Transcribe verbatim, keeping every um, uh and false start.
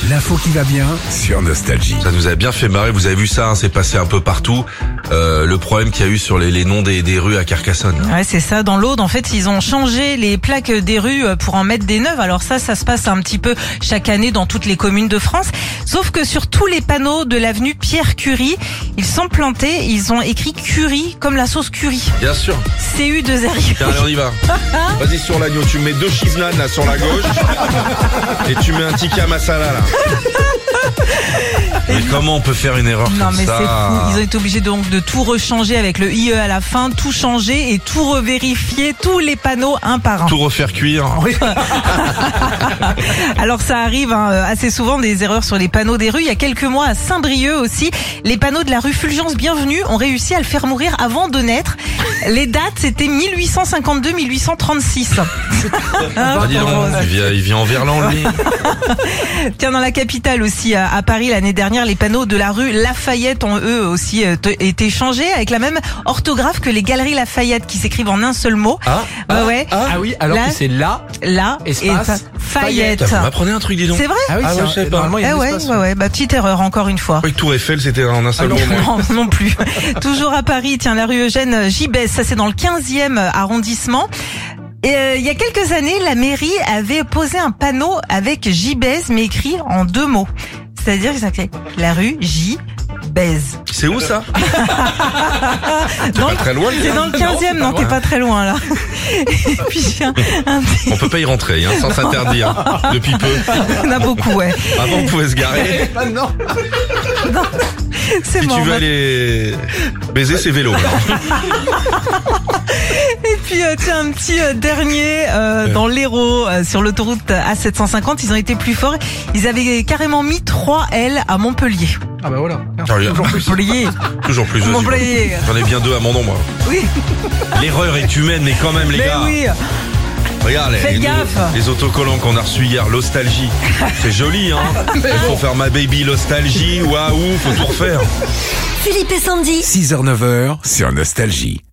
L'info qui va bien sur Nostalgie. Ça nous a bien fait marrer, vous avez vu ça, hein, c'est passé un peu partout. Euh, le problème qu'il y a eu sur les, les noms des, des rues à Carcassonne. Ouais, c'est ça. Dans l'Aude, en fait, ils ont changé les plaques des rues pour en mettre des neuves. Alors ça, ça se passe un petit peu chaque année dans toutes les communes de France. Sauf que sur tous les panneaux de l'avenue Pierre Curie, ils sont plantés, ils ont écrit Curie comme la sauce curry. Bien sûr. C U deux R I. Tiens, allez, on y va. Vas-y sur l'agneau, tu mets deux cheese naan là sur la gauche et tu mets un tikka masala là. Mais comment on peut faire une erreur Non comme mais ça? c'est fou. Ils ont été obligés donc de tout rechanger avec le I E à la fin, tout changer et tout revérifier, tous les panneaux un par un. Tout refaire cuire. Alors ça arrive hein, assez souvent des erreurs sur les panneaux des rues. Il y a quelques mois à Saint-Brieuc aussi, les panneaux de la rue Fulgence Bienvenue ont réussi à le faire mourir avant de naître. Les dates c'était mille huit cent cinquante-deux mille huit cent trente-six. Ah, dis donc, il vient, il vient en Verlan lui. Tiens, dans la capitale aussi, à, à Paris l'année dernière, les panneaux de la rue Lafayette ont eux aussi euh, t- été changés avec la même orthographe que les galeries Lafayette qui s'écrivent en un seul mot. Ah, ouais, ouais. Ah, ah oui, alors Là, que c'est là. Là, Espace, Fayette. Vous m'apprenez un truc, dis donc. C'est vrai? Ah oui, Ah c'est ouais, un- je savais pas. normalement, il y a Eh un ouais, espace. ouais, ouais, bah petite erreur encore une fois. Je croyais que Tour Eiffel c'était en un seul Ah, mot. non. moi. Non, non plus. Toujours à Paris, tiens, la rue Eugène Gibès, ça c'est dans le quinzième arrondissement. Et euh, il y a quelques années, la mairie avait posé un panneau avec Gibès, mais écrit en deux mots. C'est-à-dire que ça fait la rue J. Baise. C'est où ça? Dans Pas le- très loin. C'est dans le quinzième, non, t'es pas très loin là. Et puis j'ai un, un On peut pas y rentrer, hein, sans s'interdire. Depuis peu. on a beaucoup, ouais. Avant on pouvait se garer. Ah non. C'est Si mort. tu veux aller baiser ses vélos. Et puis euh, tiens, un petit euh, dernier euh, dans l'Hérault, euh, sur l'autoroute A sept cent cinquante, ils ont été plus forts. Ils avaient carrément mis trois L à Montpellier. Ah bah voilà. Toujours Montpellier. Toujours plus. vas-y, Montpellier. J'en ai bien deux à mon nom, moi. Oui. L'erreur est humaine, mais quand même, les Mais gars. oui. Regarde, les, Faites les, gaffe. les autocollants qu'on a reçus hier, Nostalgie. C'est joli, hein. Il faut faire ma baby Nostalgie. Waouh, faut tout refaire. Philippe et Sandy. six heures neuf heures sur Nostalgie.